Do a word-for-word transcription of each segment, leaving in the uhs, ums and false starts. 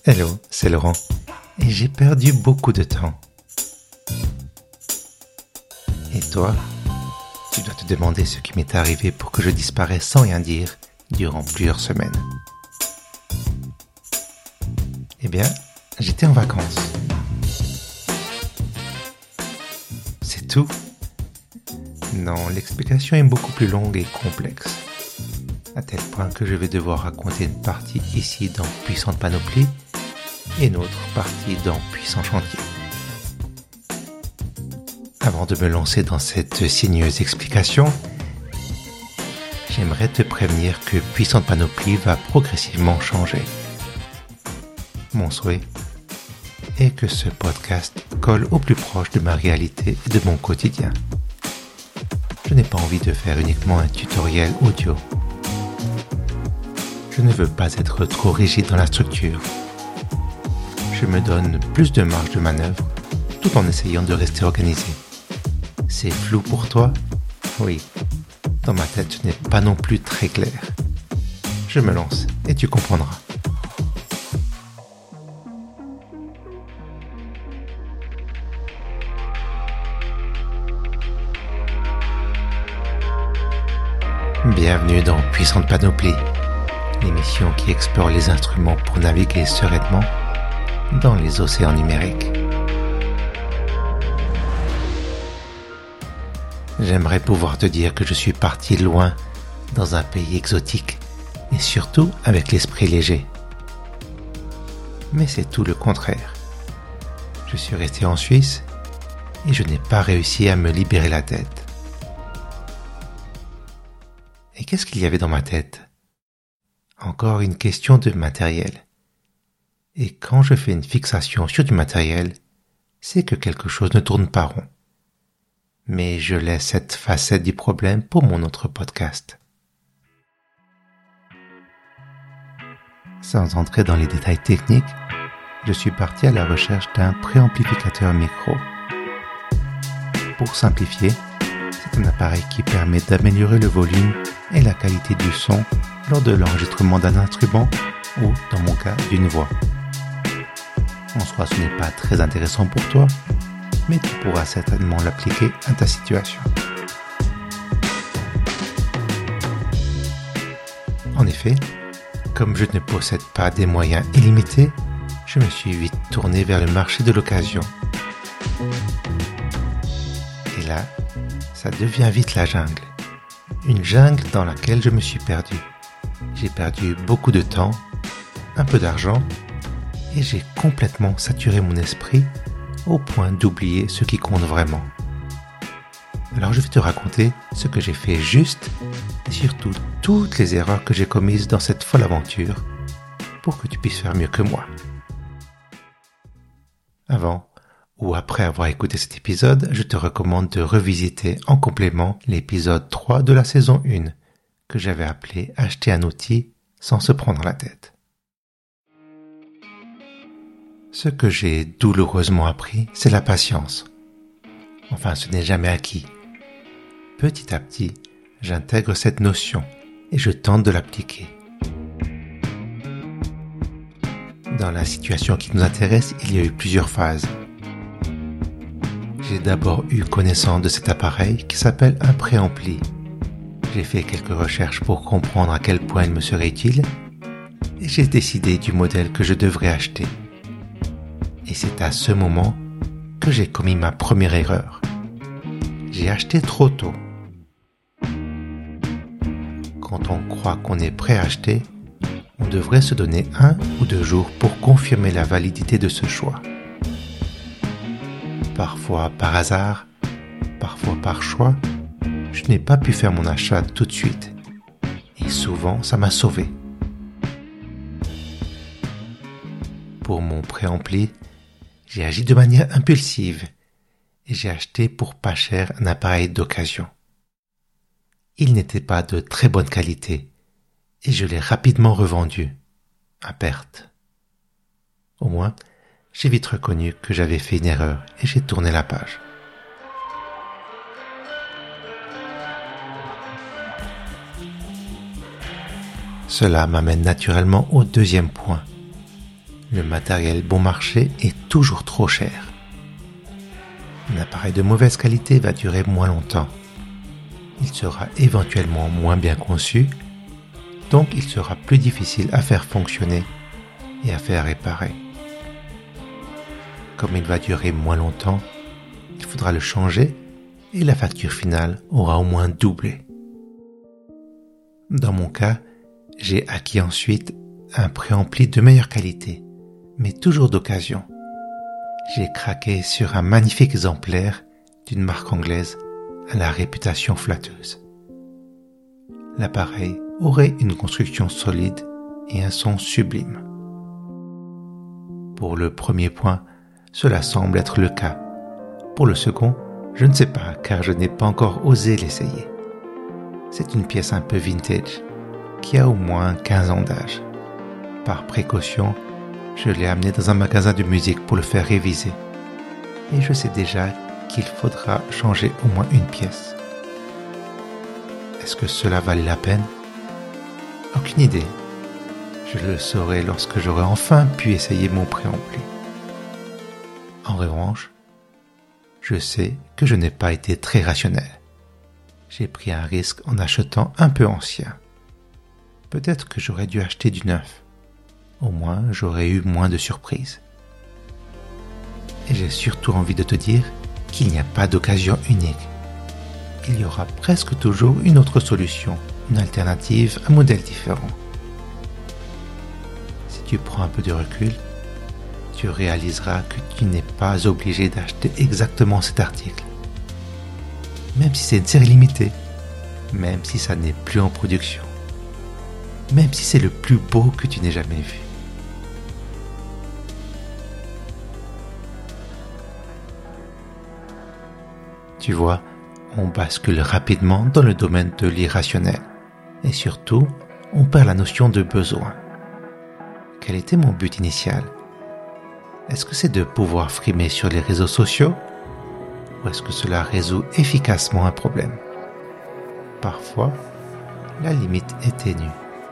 Hello, c'est Laurent, et j'ai perdu beaucoup de temps. Et toi, tu dois te demander ce qui m'est arrivé pour que je disparaisse sans rien dire durant plusieurs semaines. Eh bien, j'étais en vacances. C'est tout? Non, l'explication est beaucoup plus longue et complexe, à tel point que je vais devoir raconter une partie ici dans Puissante Panoplie et une autre partie dans Puissant Chantier. Avant de me lancer dans cette sinueuse explication, j'aimerais te prévenir que Puissante Panoplie va progressivement changer. Mon souhait est que ce podcast colle au plus proche de ma réalité et de mon quotidien. Je n'ai pas envie de faire uniquement un tutoriel audio. Je ne veux pas être trop rigide dans la structure. Je me donne plus de marge de manœuvre tout en essayant de rester organisé. C'est flou pour toi? Oui. Dans ma tête, ce n'est pas non plus très clair. Je me lance et tu comprendras. Bienvenue dans Puissante Panoplie, l'émission qui explore les instruments pour naviguer sereinement dans les océans numériques. J'aimerais pouvoir te dire que je suis parti loin dans un pays exotique et surtout avec l'esprit léger. Mais c'est tout le contraire. Je suis resté en Suisse et je n'ai pas réussi à me libérer la tête. Et qu'est-ce qu'il y avait dans ma tête? Encore une question de matériel. Et quand je fais une fixation sur du matériel, c'est que quelque chose ne tourne pas rond. Mais je laisse cette facette du problème pour mon autre podcast. Sans entrer dans les détails techniques, je suis parti à la recherche d'un préamplificateur micro. Pour simplifier, c'est un appareil qui permet d'améliorer le volume et la qualité du son lors de l'enregistrement d'un instrument ou, dans mon cas, d'une voix. En soi, ce n'est pas très intéressant pour toi, mais tu pourras certainement l'appliquer à ta situation. En effet, comme je ne possède pas des moyens illimités, je me suis vite tourné vers le marché de l'occasion. Et là, ça devient vite la jungle. Une jungle dans laquelle je me suis perdu. J'ai perdu beaucoup de temps, un peu d'argent, et j'ai complètement saturé mon esprit au point d'oublier ce qui compte vraiment. Alors je vais te raconter ce que j'ai fait juste et surtout toutes les erreurs que j'ai commises dans cette folle aventure pour que tu puisses faire mieux que moi. Avant ou après avoir écouté cet épisode, je te recommande de revisiter en complément l'épisode trois de la saison un que j'avais appelé « Acheter un outil sans se prendre la tête ». Ce que j'ai douloureusement appris, c'est la patience. Enfin, ce n'est jamais acquis. Petit à petit, j'intègre cette notion et je tente de l'appliquer. Dans la situation qui nous intéresse, il y a eu plusieurs phases. J'ai d'abord eu connaissance de cet appareil qui s'appelle un préampli. J'ai fait quelques recherches pour comprendre à quel point il me serait utile et j'ai décidé du modèle que je devrais acheter. Et c'est à ce moment que j'ai commis ma première erreur. J'ai acheté trop tôt. Quand on croit qu'on est prêt à acheter, on devrait se donner un ou deux jours pour confirmer la validité de ce choix. Parfois par hasard, parfois par choix, je n'ai pas pu faire mon achat tout de suite. Et souvent, ça m'a sauvé. Pour mon préampli, j'ai agi de manière impulsive et j'ai acheté pour pas cher un appareil d'occasion. Il n'était pas de très bonne qualité et je l'ai rapidement revendu, à perte. Au moins, j'ai vite reconnu que j'avais fait une erreur et j'ai tourné la page. Cela m'amène naturellement au deuxième point, Le matériel bon marché est toujours trop cher. Un appareil de mauvaise qualité va durer moins longtemps. Il sera éventuellement moins bien conçu, donc il sera plus difficile à faire fonctionner et à faire réparer. Comme il va durer moins longtemps, il faudra le changer et la facture finale aura au moins doublé. Dans mon cas, j'ai acquis ensuite un préampli de meilleure qualité, mais toujours d'occasion. J'ai craqué sur un magnifique exemplaire d'une marque anglaise à la réputation flatteuse. L'appareil aurait une construction solide et un son sublime. Pour le premier point, cela semble être le cas. Pour le second, je ne sais pas car je n'ai pas encore osé l'essayer. C'est une pièce un peu vintage qui a au moins quinze ans d'âge. Par précaution, je l'ai amené dans un magasin de musique pour le faire réviser. Et je sais déjà qu'il faudra changer au moins une pièce. Est-ce que cela valait la peine ? Aucune idée. Je le saurai lorsque j'aurai enfin pu essayer mon préampli. En revanche, je sais que je n'ai pas été très rationnel. J'ai pris un risque en achetant un peu ancien. Peut-être que j'aurais dû acheter du neuf. Au moins, j'aurais eu moins de surprises. Et j'ai surtout envie de te dire qu'il n'y a pas d'occasion unique. Il y aura presque toujours une autre solution, une alternative, un modèle différent. Si tu prends un peu de recul, tu réaliseras que tu n'es pas obligé d'acheter exactement cet article. Même si c'est une série limitée, même si ça n'est plus en production, même si c'est le plus beau que tu n'aies jamais vu. Tu vois, on bascule rapidement dans le domaine de l'irrationnel. Et surtout, on perd la notion de besoin. Quel était mon but initial ? Est-ce que c'est de pouvoir frimer sur les réseaux sociaux ? Ou est-ce que cela résout efficacement un problème ? Parfois, la limite est ténue.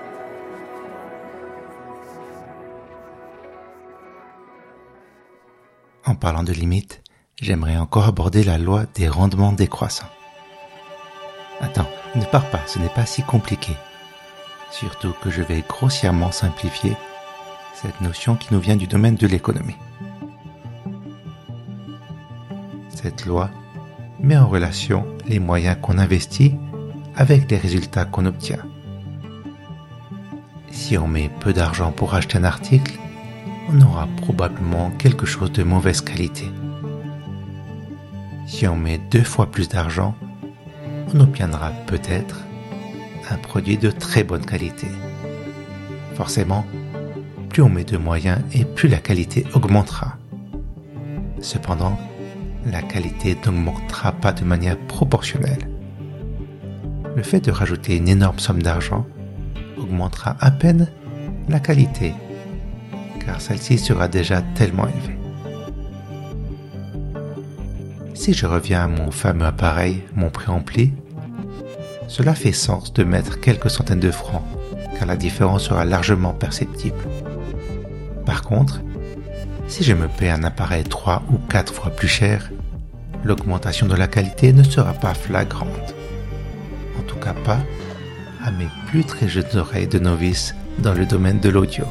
En parlant de limite, j'aimerais encore aborder la loi des rendements décroissants. Attends, ne pars pas, ce n'est pas si compliqué. Surtout que je vais grossièrement simplifier cette notion qui nous vient du domaine de l'économie. Cette loi met en relation les moyens qu'on investit avec les résultats qu'on obtient. Si on met peu d'argent pour acheter un article, on aura probablement quelque chose de mauvaise qualité. Si on met deux fois plus d'argent, on obtiendra peut-être un produit de très bonne qualité. Forcément, plus on met de moyens et plus la qualité augmentera. Cependant, la qualité n'augmentera pas de manière proportionnelle. Le fait de rajouter une énorme somme d'argent augmentera à peine la qualité, car celle-ci sera déjà tellement élevée. Si je reviens à mon fameux appareil, mon préampli, cela fait sens de mettre quelques centaines de francs, car la différence sera largement perceptible. Par contre, si je me paie un appareil trois ou quatre fois plus cher, l'augmentation de la qualité ne sera pas flagrante. En tout cas pas à mes plus très jeunes oreilles de novice dans le domaine de l'audio.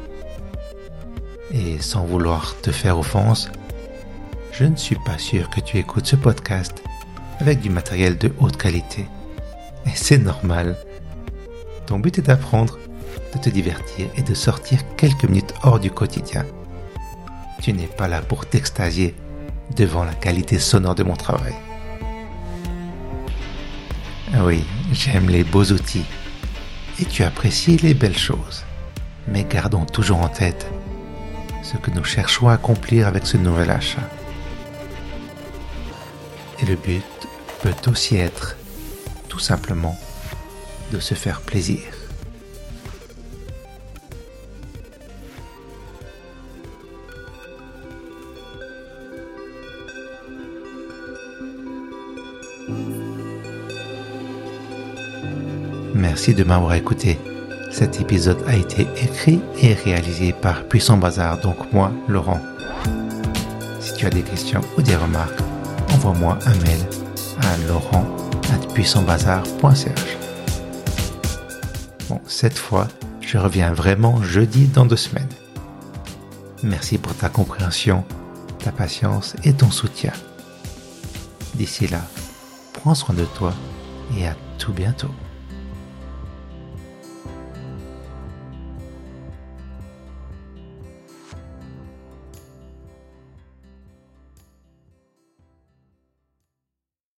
Et sans vouloir te faire offense, je ne suis pas sûr que tu écoutes ce podcast avec du matériel de haute qualité. Et c'est normal. Ton but est d'apprendre, de te divertir et de sortir quelques minutes hors du quotidien. Tu n'es pas là pour t'extasier devant la qualité sonore de mon travail. Oui, j'aime les beaux outils et tu apprécies les belles choses. Mais gardons toujours en tête ce que nous cherchons à accomplir avec ce nouvel achat. Et le but peut aussi être, tout simplement, de se faire plaisir. Merci de m'avoir écouté. Cet épisode a été écrit et réalisé par Puissant Bazar, donc moi, Laurent. Si tu as des questions ou des remarques, envoie-moi un mail à laurent arobase puissant bazar point c h. Bon, cette fois, je reviens vraiment jeudi dans deux semaines. Merci pour ta compréhension, ta patience et ton soutien. D'ici là, prends soin de toi et à tout bientôt.